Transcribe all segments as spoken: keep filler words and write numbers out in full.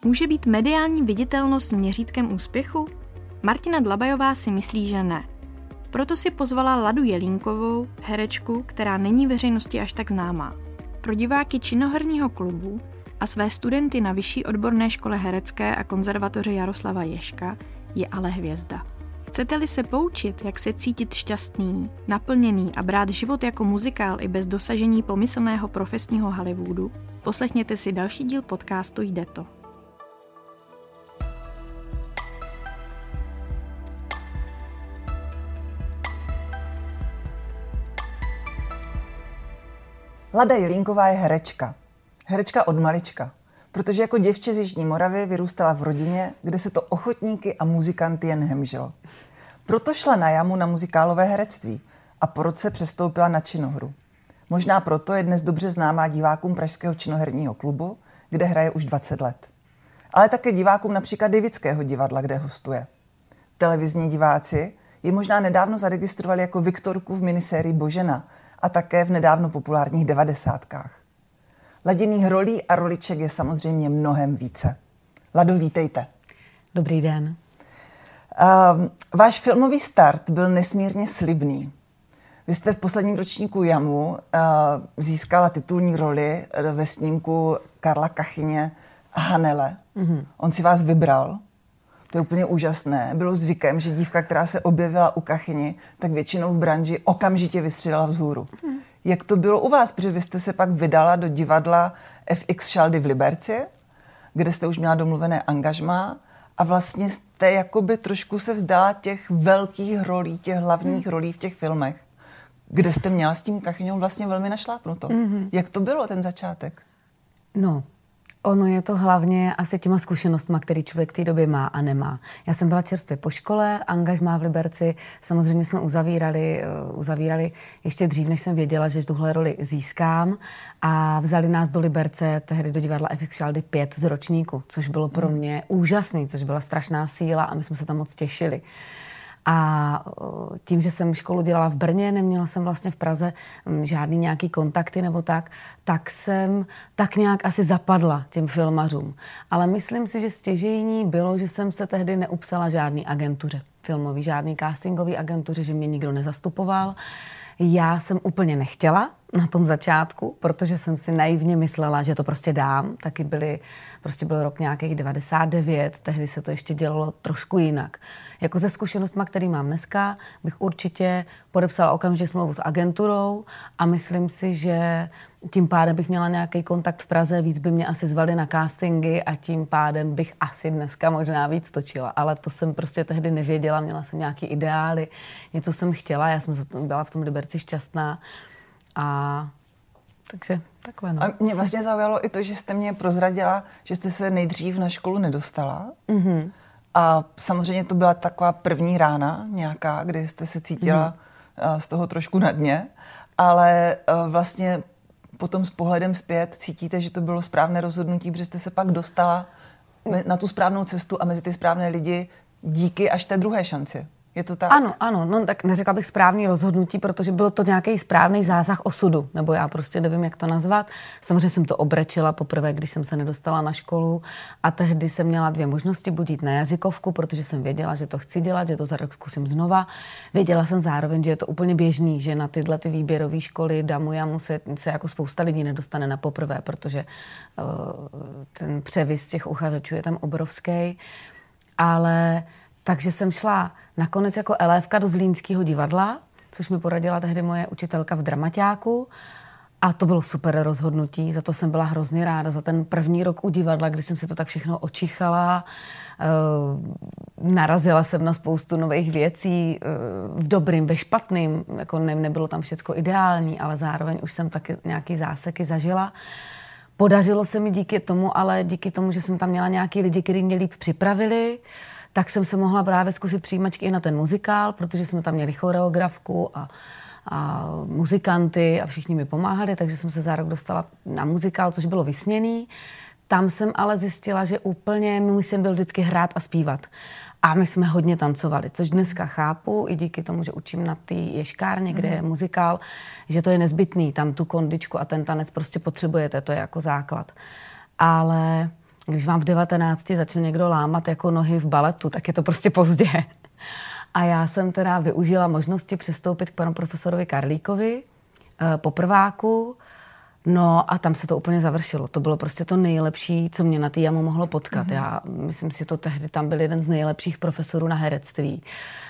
Může být mediální viditelnost měřítkem úspěchu? Martina Dlabajová si myslí, že ne. Proto si pozvala Ladu Jelínkovou, herečku, která není veřejnosti až tak známá. Pro diváky Činoherního klubu a své studenty na Vyšší odborné škole herecké a konzervatoře Jaroslava Ježka je ale hvězda. Chcete-li se poučit, jak se cítit šťastný, naplněný a brát život jako muzikál i bez dosažení pomyslného profesního Hollywoodu, poslechněte si další díl podcastu Jde to. Lada Jelínková je herečka. Herečka od malička, protože jako děvče z Jižní Moravy vyrůstala v rodině, kde se to ochotníky a muzikanty jen hemžilo. Proto šla na jamu na muzikálové herectví a po roce přestoupila na činohru. Možná proto je dnes dobře známá divákům Pražského činoherního klubu, kde hraje už dvacet let. Ale také divákům například Davidského divadla, kde hostuje. Televizní diváci ji možná nedávno zaregistrovali jako Viktorku v minisérii Božena a také v nedávno populárních devadesátkách. Ladiných rolí a roliček je samozřejmě mnohem více. Lado, vítejte. Dobrý den. Uh, váš filmový start byl nesmírně slibný. Vy jste v posledním ročníku Jamu uh, získala titulní roli ve snímku Karla Kachyně Hanele. Mm-hmm. On si vás vybral. To je úplně úžasné. Bylo zvykem, že dívka, která se objevila u Kachyni, tak většinou v branži okamžitě vystřelila vzhůru. Mm. Jak to bylo u vás? Protože vy jste se pak vydala do divadla F X Šaldy v Liberci, kde jste už měla domluvené angažmá a vlastně jste jakoby trošku se vzdala těch velkých rolí, těch hlavních mm. rolí v těch filmech, kde jste měla s tím Kachyňou vlastně velmi našlápnuto. Mm-hmm. Jak to bylo, ten začátek? No, ono je to hlavně asi těma zkušenostma, který člověk v té době má a nemá. Já jsem byla čerstvě po škole, angažmá v Liberci, samozřejmě jsme uzavírali, uzavírali ještě dřív, než jsem věděla, že tuhle roli získám a vzali nás do Liberce, tehdy do divadla F X Šaldy pět z ročníku, což bylo pro mě úžasný, což byla strašná síla a my jsme se tam moc těšili. A tím, že jsem školu dělala v Brně, neměla jsem vlastně v Praze žádný nějaký kontakty nebo tak, tak jsem tak nějak asi zapadla těm filmařům. Ale myslím si, že stěžejní bylo, že jsem se tehdy neupsala žádný agentuře filmový, žádný castingový agentuře, že mě nikdo nezastupoval. Já jsem úplně nechtěla na tom začátku, protože jsem si naivně myslela, že to prostě dám. Taky byly, prostě byl rok nějakých devadesát devět, tehdy se to ještě dělalo trošku jinak. Jako ze zkušenostma, který mám dneska, bych určitě podepsala okamžitě smlouvu s agenturou a myslím si, že tím pádem bych měla nějaký kontakt v Praze, víc by mě asi zvali na castingy a tím pádem bych asi dneska možná víc točila. Ale to jsem prostě tehdy nevěděla, měla jsem nějaký ideály, něco jsem chtěla, já jsem byla v tom Liberci šťastná a takže takhle. No. A mě vlastně zaujalo i to, že jste mě prozradila, že jste se nejdřív na školu nedostala. Mm-hmm. A samozřejmě to byla taková první rána nějaká, kdy jste se cítila mm. z toho trošku na dně, ale vlastně potom s pohledem zpět cítíte, že to bylo správné rozhodnutí, protože jste se pak dostala na tu správnou cestu a mezi ty správné lidi díky až té druhé šanci. Je to tak? Ano, ano, no tak neřekla bych správný rozhodnutí, protože bylo to nějaký správný zásah osudu, nebo já prostě nevím, jak to nazvat. Samozřejmě jsem to obrečila poprvé, když jsem se nedostala na školu a tehdy jsem měla dvě možnosti, buď jít na jazykovku, protože jsem věděla, že to chci dělat, že to za rok zkusím znova. Věděla jsem zároveň, že je to úplně běžný, že na tyhle ty výběrové školy damu jamu se, se jako spousta lidí nedostane na poprvé, protože uh, ten převis těch uchazečů je tam obrovský, ale takže jsem šla nakonec jako elévka do Zlínského divadla, což mi poradila tehdy moje učitelka v dramaťáku. A to bylo super rozhodnutí, za to jsem byla hrozně ráda, za ten první rok u divadla, kdy jsem si to tak všechno očichala. Uh, narazila jsem na spoustu nových věcí, uh, v dobrým, ve špatným, jako ne, nebylo tam všecko ideální, ale zároveň už jsem taky nějaký záseky zažila. Podařilo se mi díky tomu, ale díky tomu, že jsem tam měla nějaký lidi, kteří mě líp připravili, tak jsem se mohla právě zkusit přijímačky i na ten muzikál, protože jsme tam měli choreografku a, a muzikanty a všichni mi pomáhali, takže jsem se za rok dostala na muzikál, což bylo vysněný. Tam jsem ale zjistila, že úplně můj sen byl vždycky hrát a zpívat. A my jsme hodně tancovali, což dneska chápu, i díky tomu, že učím na té ješkárně, kde je muzikál, že to je nezbytný, tam tu kondičku a ten tanec prostě potřebujete, to je jako základ. Ale Když vám v devatenácti začne někdo lámat jako nohy v baletu, tak je to prostě pozdě. A já jsem teda využila možnosti přestoupit k panu profesorovi Karlíkovi po prváku. No a tam se to úplně završilo. To bylo prostě to nejlepší, co mě na té jamu mohlo potkat. Mm-hmm. Já myslím si, že to tehdy tam byl jeden z nejlepších profesorů na herectví.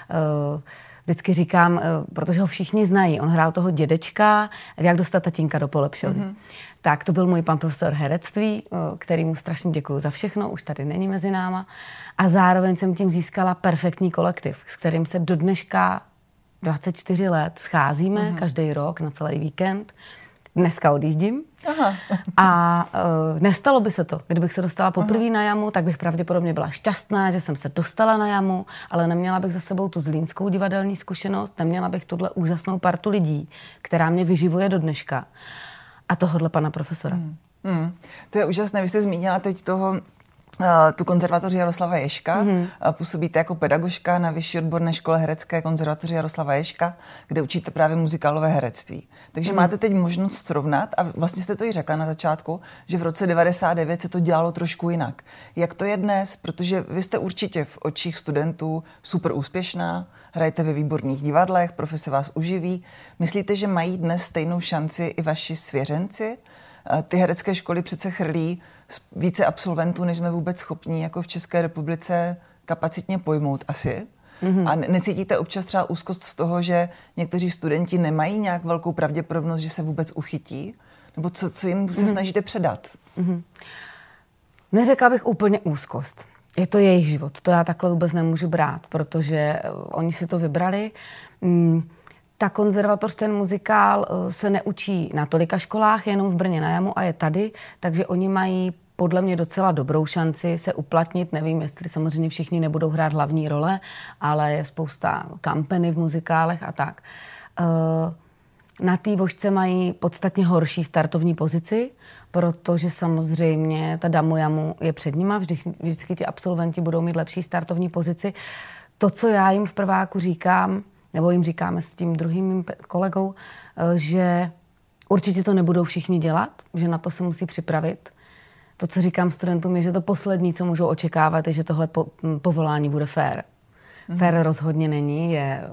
Vždycky říkám, protože ho všichni znají, on hrál toho dědečka, jak dostat tatínka do polepšovny. Mm-hmm. Tak to byl můj pan profesor herectví, který mu strašně děkuju za všechno, už tady není mezi náma. A zároveň jsem tím získala perfektní kolektiv, s kterým se do dneška dvacet čtyři let scházíme, mm-hmm. každý rok na celý víkend. Dneska odjíždím. Aha. A uh, nestalo by se to. Kdybych se dostala poprvé na jamu, tak bych pravděpodobně byla šťastná, že jsem se dostala na jamu, ale neměla bych za sebou tu zlínskou divadelní zkušenost, neměla bych tuhle úžasnou partu lidí, která mě vyživuje do dneška. A tohohle pana profesora. Hmm. Hmm. To je úžasné. Vy jste zmínila teď toho tu konzervatoři Jaroslava Ježka. Mm-hmm. Působíte jako pedagožka na Vyšší odborné škole herecké konzervatoři Jaroslava Ježka, kde učíte právě muzikálové herectví. Takže mm-hmm. máte teď možnost srovnat, a vlastně jste to i řekla na začátku, že v roce devadesát devět se to dělalo trošku jinak. Jak to je dnes? Protože vy jste určitě v očích studentů super úspěšná, hrajete ve výborných divadlech, profese vás uživí. Myslíte, že mají dnes stejnou šanci i vaši svěřenci? Ty herecké školy přece chrlí více absolventů, než jsme vůbec schopní jako v České republice kapacitně pojmout asi. Mm-hmm. A necítíte občas třeba úzkost z toho, že někteří studenti nemají nějak velkou pravděpodobnost, že se vůbec uchytí? Nebo co, co jim se mm-hmm. snažíte předat? Mm-hmm. Neřekla bych úplně úzkost. Je to jejich život. To já takhle vůbec nemůžu brát, protože oni si to vybrali. Mm. Ta konzervatoř, ten muzikál se neučí na tolika školách, jenom v Brně na jamu a je tady, takže oni mají podle mě docela dobrou šanci se uplatnit. Nevím, jestli samozřejmě všichni nebudou hrát hlavní role, ale je spousta kampeny v muzikálech a tak. Na té vožce mají podstatně horší startovní pozici, protože samozřejmě ta Damo jamu je před nima, vždy, vždycky ti absolventi budou mít lepší startovní pozici. To, co já jim v prváku říkám, nebo jim říkáme s tím druhým mým kolegou, že určitě to nebudou všichni dělat, že na to se musí připravit. To, co říkám studentům, je, že to poslední, co můžou očekávat, je, že tohle po, povolání bude fér. Mm. Fér rozhodně není, je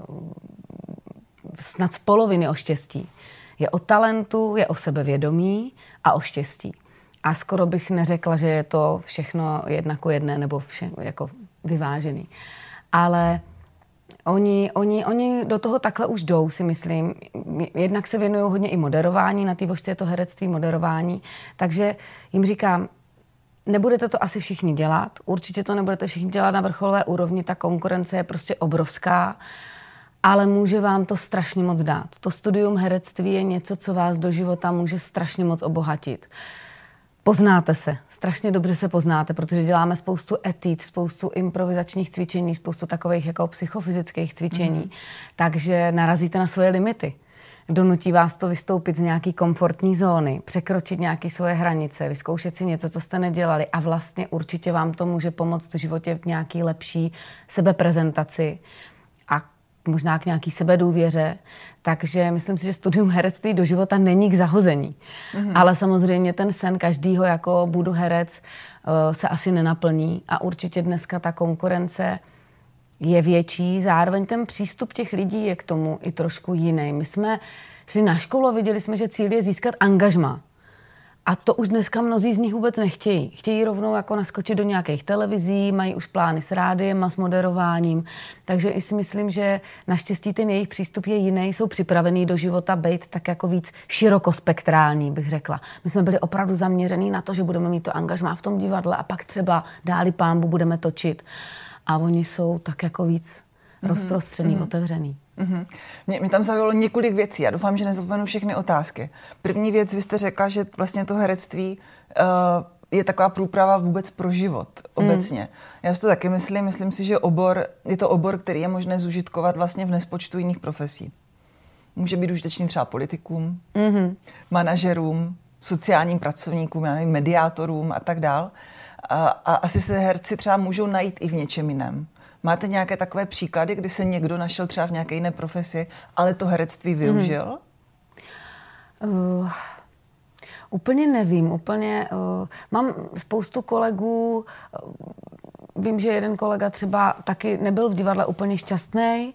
snad z poloviny o štěstí. Je o talentu, je o sebevědomí a o štěstí. A skoro bych neřekla, že je to všechno jednako jedné nebo vše, jako vyvážený. Ale Oni, oni, oni do toho takhle už jdou, si myslím. Jednak se věnují hodně i moderování, na té vožce je to herectví, moderování. Takže jim říkám, nebudete to asi všichni dělat, určitě to nebudete všichni dělat na vrcholové úrovni, ta konkurence je prostě obrovská, ale může vám to strašně moc dát. To studium herectví je něco, co vás do života může strašně moc obohatit. Poznáte se, strašně dobře se poznáte, protože děláme spoustu etíd, spoustu improvizačních cvičení, spoustu takových jako psychofyzických cvičení, mm. takže narazíte na svoje limity. Donutí vás to vystoupit z nějaký komfortní zóny, překročit nějaké svoje hranice, vyzkoušet si něco, co jste nedělali a vlastně určitě vám to může pomoct v životě v nějaký lepší sebeprezentaci a možná k nějaký sebedůvěře. Takže myslím si, že studium herectví do života není k zahození. Mm-hmm. Ale samozřejmě ten sen každýho, jako budu herec, se asi nenaplní. A určitě dneska ta konkurence je větší. Zároveň ten přístup těch lidí je k tomu i trošku jiný. My jsme šli na školu a viděli jsme, že cíl je získat angažmá. A to už dneska mnozí z nich vůbec nechtějí. Chtějí rovnou jako naskočit do nějakých televizí, mají už plány s rádiem a s moderováním. Takže i si myslím, že naštěstí ten jejich přístup je jiný. Jsou připravení do života být tak jako víc širokospektrální, bych řekla. My jsme byli opravdu zaměření na to, že budeme mít to angažmá v tom divadle a pak třeba dáli pánbu budeme točit. A oni jsou tak jako víc mm-hmm. rozprostřený, mm-hmm. otevřený. Mm-hmm. Mě, mě tam zaujalo několik věcí. Já doufám, že nezapomenu všechny otázky. První věc, vy jste řekla, že vlastně to herectví uh, je taková průprava vůbec pro život obecně. Mm. Já si to taky myslím. Myslím si, že obor, je to obor, který je možné zužitkovat vlastně v nespočtu jiných profesí. Může být užitečný třeba politikům, mm-hmm. manažerům, sociálním pracovníkům, já nevím, mediátorům a tak dál. A, a asi se herci třeba můžou najít i v něčem jiném. Máte nějaké takové příklady, kdy se někdo našel třeba v nějaké jiné profesi, ale to herectví využil? Mm. Uh, Úplně nevím, úplně. Uh, mám spoustu kolegů, uh, vím, že jeden kolega třeba taky nebyl v divadle úplně šťastný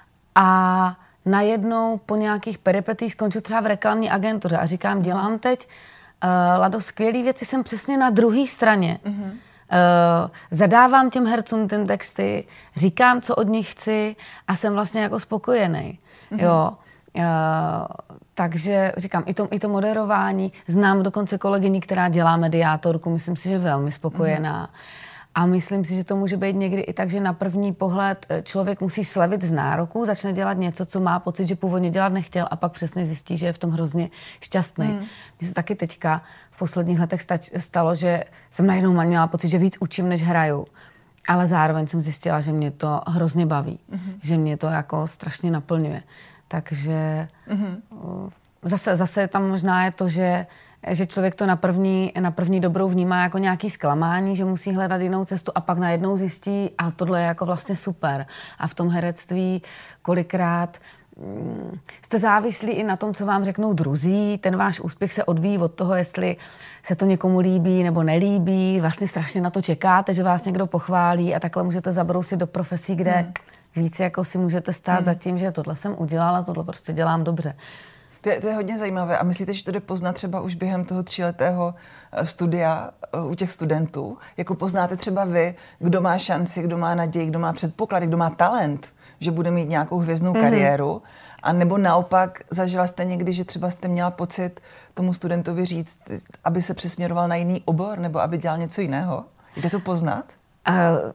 a najednou po nějakých peripetích skončil třeba v reklamní agentuře a říkám, dělám teď, uh, Lado, skvělý věci, jsem přesně na druhé straně. Mm-hmm. Uh, zadávám těm hercům ten texty, říkám, co od nich chci a jsem vlastně jako spokojený. Mm-hmm. Jo. Uh, takže říkám, i to, i to moderování, znám dokonce kolegyni, která dělá mediátorku, myslím si, že velmi spokojená. Mm. A myslím si, že to může být někdy i tak, že na první pohled člověk musí slevit z nároku, začne dělat něco, co má pocit, že původně dělat nechtěl a pak přesně zjistí, že je v tom hrozně šťastný. Mm. Mně se taky teďka v posledních letech stalo, že jsem najednou měla pocit, že víc učím, než hraju. Ale zároveň jsem zjistila, že mě to hrozně baví, mm. že mě to jako strašně naplňuje. Takže mm-hmm. zase, zase tam možná je to, že, že člověk to na první, na první dobrou vnímá jako nějaký zklamání, že musí hledat jinou cestu a pak najednou zjistí, a tohle je jako vlastně super. A v tom herectví kolikrát mm, jste závislí i na tom, co vám řeknou druzí. Ten váš úspěch se odvíjí od toho, jestli se to někomu líbí nebo nelíbí. Vlastně strašně na to čekáte, že vás někdo pochválí a takhle můžete zabrousit do profesí, kde mm. víc jako si můžete stát hmm. za tím, že tohle jsem udělala, tohle prostě dělám dobře. To je, to je hodně zajímavé. A myslíte, že to jde poznat třeba už během toho tříletého studia u těch studentů? Jako poznáte třeba vy, kdo má šanci, kdo má naději, kdo má předpoklady, kdo má talent, že bude mít nějakou hvězdnou hmm. kariéru? A nebo naopak zažila jste někdy, že třeba jste měla pocit tomu studentovi říct, aby se přesměroval na jiný obor nebo aby dělal něco jiného? Jde to poznat? Uh...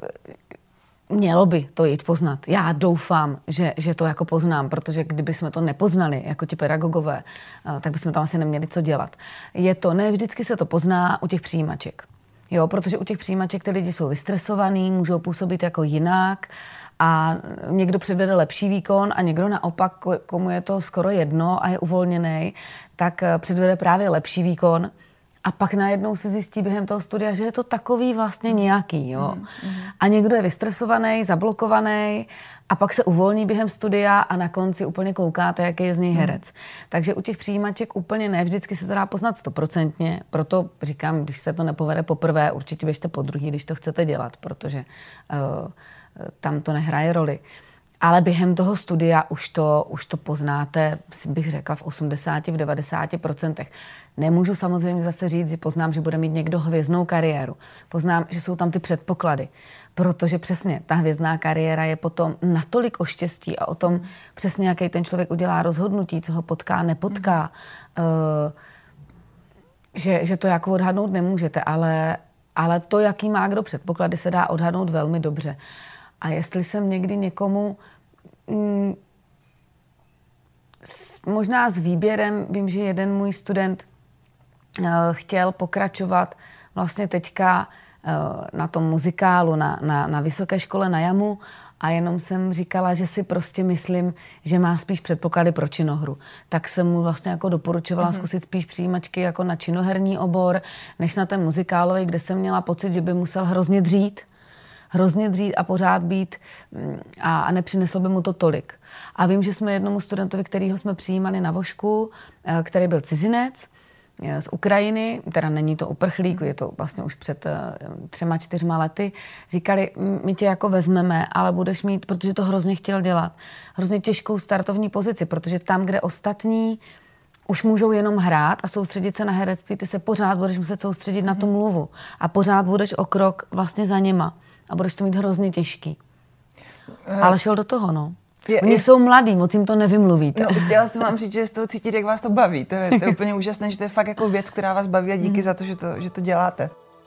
Mělo by to jít poznat. Já doufám, že, že to jako poznám, protože kdyby jsme to nepoznali, jako ti pedagogové, tak bychom tam asi neměli co dělat. Je to, ne vždycky se to pozná u těch přijímaček. Jo, protože u těch přijímaček ty lidi jsou vystresovaný, můžou působit jako jinak a někdo předvede lepší výkon a někdo naopak, komu je to skoro jedno a je uvolněný, tak předvede právě lepší výkon. A pak najednou se zjistí během toho studia, že je to takový vlastně nějaký, jo. Mm, mm. A někdo je vystresovaný, zablokovaný a pak se uvolní během studia a na konci úplně koukáte, jaký je z něj herec. Mm. Takže u těch přijímaček úplně ne, vždycky se to dá poznat stoprocentně. Proto říkám, když se to nepovede poprvé, určitě běžte po druhý, když to chcete dělat, protože uh, tam to nehraje roli. Ale během toho studia už to, už to poznáte, bych řekla, v osmdesáti, v devadesáti procentech. Nemůžu samozřejmě zase říct, že poznám, že bude mít někdo hvězdnou kariéru. Poznám, že jsou tam ty předpoklady. Protože přesně ta hvězdná kariéra je potom natolik o štěstí a o tom přesně, jaký ten člověk udělá rozhodnutí, co ho potká, nepotká, mm. uh, že, že to jako odhadnout nemůžete, ale, ale to, jaký má kdo předpoklady, se dá odhadnout velmi dobře. A jestli jsem někdy někomu mm, s, možná s výběrem, vím, že jeden můj student uh, chtěl pokračovat vlastně teďka uh, na tom muzikálu na, na, na vysoké škole na Jamu a jenom jsem říkala, že si prostě myslím, že má spíš předpoklady pro činohru. Tak jsem mu vlastně jako doporučovala mm-hmm. zkusit spíš přijímačky jako na činoherní obor, než na ten muzikálový, kde jsem měla pocit, že by musel hrozně dřít. hrozně dřít a pořád být a, a nepřineslo by mu to tolik. A vím, že jsme jednomu studentovi, kterýho jsme přijímali na Vošku, který byl cizinec z Ukrajiny, teda není to uprchlík, je to vlastně už před třema, čtyřma lety, říkali, my tě jako vezmeme, ale budeš mít, protože to hrozně chtěl dělat, hrozně těžkou startovní pozici, protože tam, kde ostatní už můžou jenom hrát a soustředit se na herectví, ty se pořád budeš muset soustředit mm-hmm. na tu mluvu a pořád budeš o krok vlastně za něma. A budeš to mít hrozně těžký. Ale šel do toho, no. Je, Oni je... jsou mladí, moc jim to nevymluvíte. No, chtěla jsem vám říct, že z toho cítit, jak vás to baví. To je, to je úplně úžasné, že to je fakt jako věc, která vás baví a díky mm. za to, že to, že to děláte.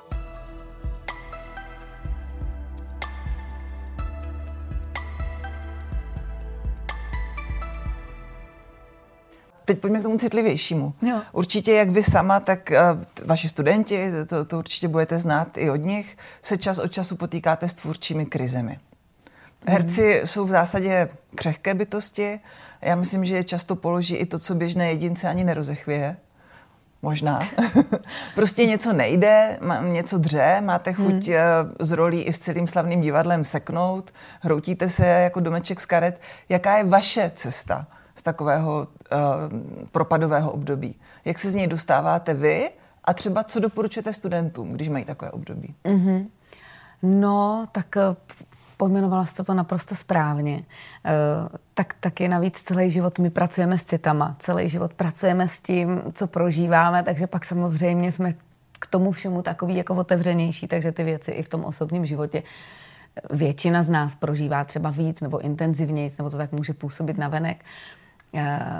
Teď pojďme k tomu citlivějšímu. Jo. Určitě, jak vy sama, tak uh, vaši studenti, to, to určitě budete znát i od nich, se čas od času potýkáte s tvůrčími krizemi. Herci mm. jsou v zásadě křehké bytosti. Já myslím, že je často položí i to, co běžné jedince ani nerozechvěje. Možná. Prostě něco nejde, něco dře, máte chuť mm. z rolí i s celým slavným divadlem seknout, hroutíte se jako domeček z karet. Jaká je vaše cesta z takového uh, propadového období. Jak se z něj dostáváte vy a třeba co doporučujete studentům, když mají takové období? Mm-hmm. No, tak pojmenovala jste to naprosto správně. Uh, tak taky navíc celý život my pracujeme s citama. Celý život pracujeme s tím, co prožíváme, takže pak samozřejmě jsme k tomu všemu takový jako otevřenější, takže ty věci i v tom osobním životě většina z nás prožívá třeba víc nebo intenzivněji, nebo to tak může působit navenek. Uh,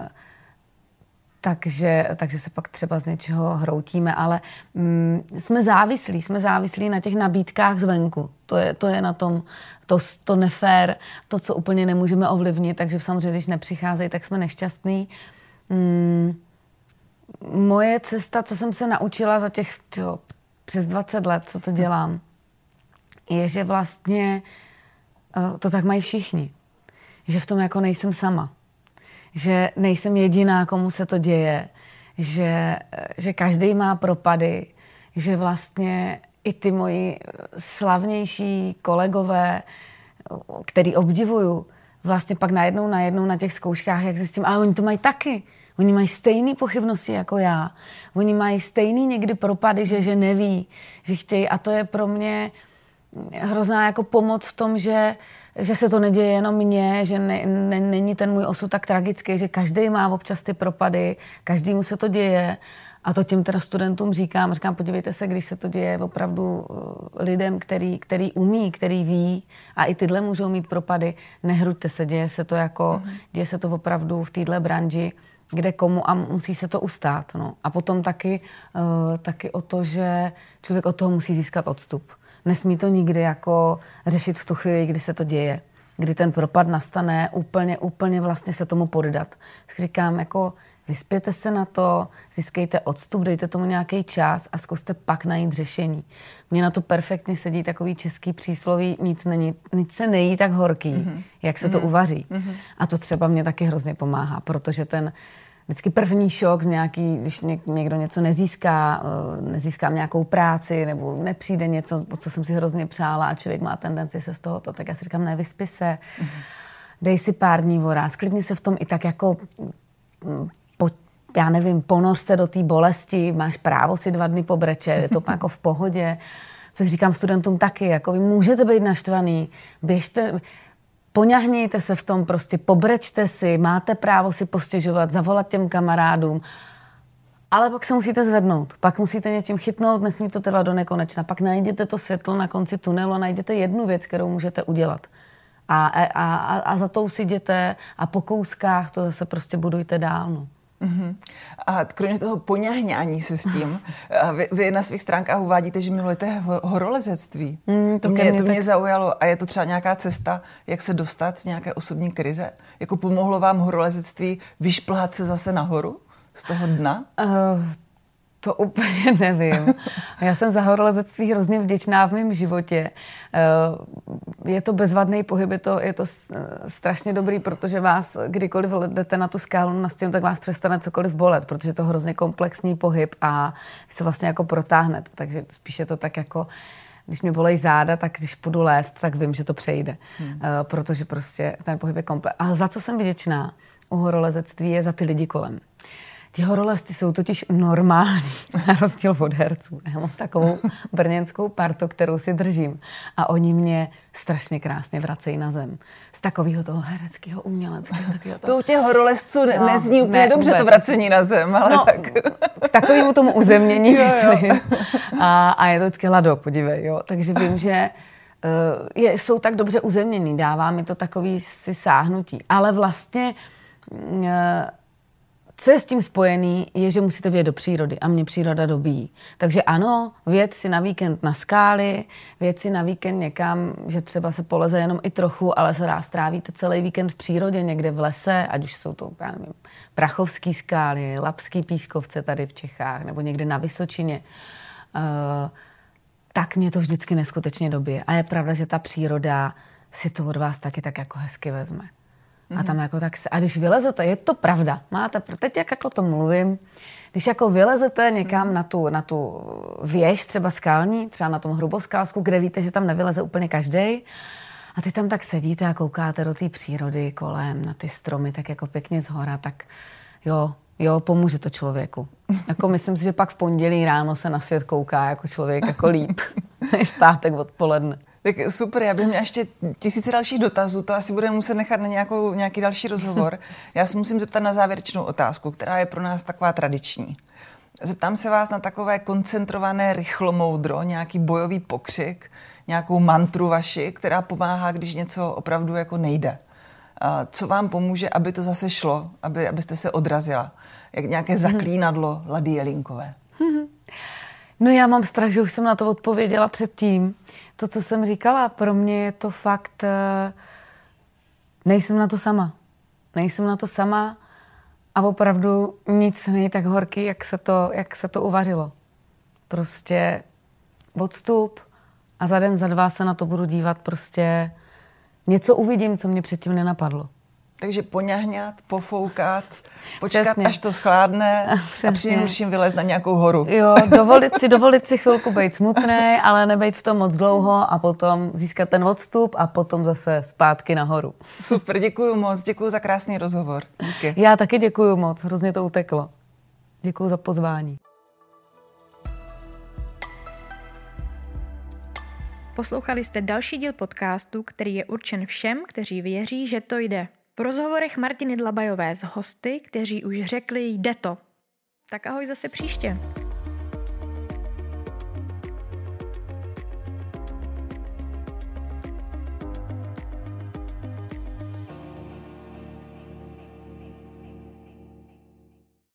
takže, takže se pak třeba z něčeho hroutíme, ale mm, jsme závislí, jsme závislí na těch nabídkách zvenku. To je, to je na tom to, to nefér, to, co úplně nemůžeme ovlivnit, takže samozřejmě, když nepřicházejí, tak jsme nešťastní. Mm, moje cesta, co jsem se naučila za těch tyjo, přes dvacet let, co to dělám, je, že vlastně uh, to tak mají všichni. Že v tom jako nejsem sama. Že nejsem jediná, komu se to děje, že, že každý má propady, že vlastně i ty moji slavnější kolegové, který obdivuju, vlastně pak najednou, najednou na těch zkouškách, jak zjistím, ale oni to mají taky. Oni mají stejné pochybnosti jako já. Oni mají stejný někdy propady, že, že neví, že chtějí. A to je pro mě hrozná jako pomoc v tom, že že se to neděje jenom mně, že ne, ne, není ten můj osud tak tragický, že každý má občas ty propady, každému se to děje. A to těm teda studentům říkám, říkám, podívejte se, když se to děje opravdu lidem, který, který umí, který ví, a i tyhle můžou mít propady, nehruďte se, děje se to jako, mm-hmm. děje se to opravdu v téhle branži, kde komu a musí se to ustát. No. A potom taky, uh, taky o to, že člověk od toho musí získat odstup. Nesmí to nikdy jako řešit v tu chvíli, kdy se to děje. Kdy ten propad nastane, úplně, úplně vlastně se tomu poddat. Říkám, jako vyspěte se na to, získejte odstup, dejte tomu nějaký čas a zkuste pak najít řešení. Mně na to perfektně sedí takový český přísloví, nic, není, nic se nejí tak horký, mm-hmm. jak se to mm-hmm. uvaří. Mm-hmm. A to třeba mě taky hrozně pomáhá, protože ten vždycky první šok z nějaký, když někdo něco nezíská, nezískám nějakou práci nebo nepřijde něco, co jsem si hrozně přála a člověk má tendenci se z tohoto, tak já si říkám, ne, vyspí se, mm-hmm. dej si pár dní voráz, klidni se v tom i tak jako, po, já nevím, ponoř se do té bolesti, máš právo si dva dny pobrečet, je to jako v pohodě, což říkám studentům taky, jako vy můžete být naštvaný, běžte, poňahnějte se v tom, prostě pobrečte si, máte právo si postěžovat, zavolat těm kamarádům, ale pak se musíte zvednout, pak musíte něčím chytnout, nesmí to trvat do nekonečna, pak najděte to světlo na konci tunelu a najděte jednu věc, kterou můžete udělat. A, a, a, a za tou si jděte a po kouskách to zase prostě budujte dál. No. Uh-huh. A kromě toho poňahňání se s tím, vy, vy na svých stránkách uvádíte, že milujete horolezectví. Mm, to, to, mě, mě, to mě tak... zaujalo. A je to třeba nějaká cesta, jak se dostat z nějaké osobní krize? Jako pomohlo vám horolezectví vyšplhat se zase nahoru z toho dna? Uh, to úplně nevím. Já jsem za horolezectví hrozně vděčná v mém životě. Uh, je to bezvadný pohyb, je to, je to strašně dobrý, protože vás, kdykoliv jdete na tu skálu, na stěnu, tak vás přestane cokoliv bolet, protože je to hrozně komplexní pohyb a se vlastně jako protáhnete. Takže spíše to tak jako, když mi bolej záda, tak když půjdu lézt, tak vím, že to přejde. Hmm. Uh, protože prostě ten pohyb je komplexní. A za co jsem vděčná u horolezectví je za ty lidi kolem. Ti horolezci jsou totiž normální, na rozdíl od herců. Já mám takovou brněnskou partu, kterou si držím. A oni mě strašně krásně vracejí na zem. Z takového toho hereckého, uměleckého. Takového toho... To u těch horolezců ne, no, nezní úplně ne, dobře vůbec. To vracení na zem, ale no, tak... K takovému tomu uzemnění, jo, myslím. Jo. A, a je to vždycky lado, podívej. Jo. Takže vím, že uh, je, jsou tak dobře uzemněný. Dává mi to takový si sáhnutí. Ale vlastně... Uh, Co je s tím spojený, je, že musíte vyjet do přírody a mě příroda dobíjí. Takže ano, vyjet si na víkend na skály, vyjet si na víkend někam, že třeba se poleze jenom i trochu, ale se rád strávíte celý víkend v přírodě, někde v lese, ať už jsou to, já nevím, Prachovský skály, Lapský pískovce tady v Čechách, nebo někde na Vysočině. Uh, tak mě to vždycky neskutečně dobije. A je pravda, že ta příroda si to od vás taky tak jako hezky vezme. A tam jako tak se, a když vylezete, je to pravda, máte, teď jak jako to mluvím, když jako vylezete někam na tu, na tu věž třeba skalní, třeba na tom Hruboskálsku, kde víte, že tam nevyleze úplně každej, a ty tam tak sedíte a koukáte do té přírody kolem, na ty stromy, tak jako pěkně zhora, tak jo, jo, pomůže to člověku. Jako myslím si, že pak v pondělí ráno se na svět kouká jako člověk jako líp, než pátek odpoledne. Tak super, já bych měla ještě tisíce dalších dotazů, to asi budeme muset nechat na nějakou, nějaký další rozhovor. Já se musím zeptat na závěrečnou otázku, která je pro nás taková tradiční. Zeptám se vás na takové koncentrované rychlomoudro, nějaký bojový pokřik, nějakou mantru vaši, která pomáhá, když něco opravdu jako nejde. Co vám pomůže, aby to zase šlo, aby, abyste se odrazila? Jak nějaké zaklínadlo Lady Jelínkové? No já mám strach, že už jsem na to odpověděla předtím. To, co jsem říkala, pro mě je to fakt, nejsem na to sama. Nejsem na to sama a opravdu nic není tak horký, jak se to, jak se to uvařilo. Prostě odstup a za den, za dva se na to budu dívat, prostě něco uvidím, co mě předtím nenapadlo. Takže poňahňat, pofoukat, počkat, Přesně. až to schládne Přesně. a při nejhorším vylézt na nějakou horu. Jo, dovolit si, dovolit si chvilku být smutnej, ale nebejt v tom moc dlouho a potom získat ten odstup a potom zase zpátky nahoru. Super, děkuju moc, děkuju za krásný rozhovor. Díky. Já taky děkuju moc, hrozně to uteklo. Děkuju za pozvání. Poslouchali jste další díl podcastu, který je určen všem, kteří věří, že to jde. V rozhovorech Martiny Dlabajové s hosty, kteří už řekli jde to. Tak ahoj zase příště.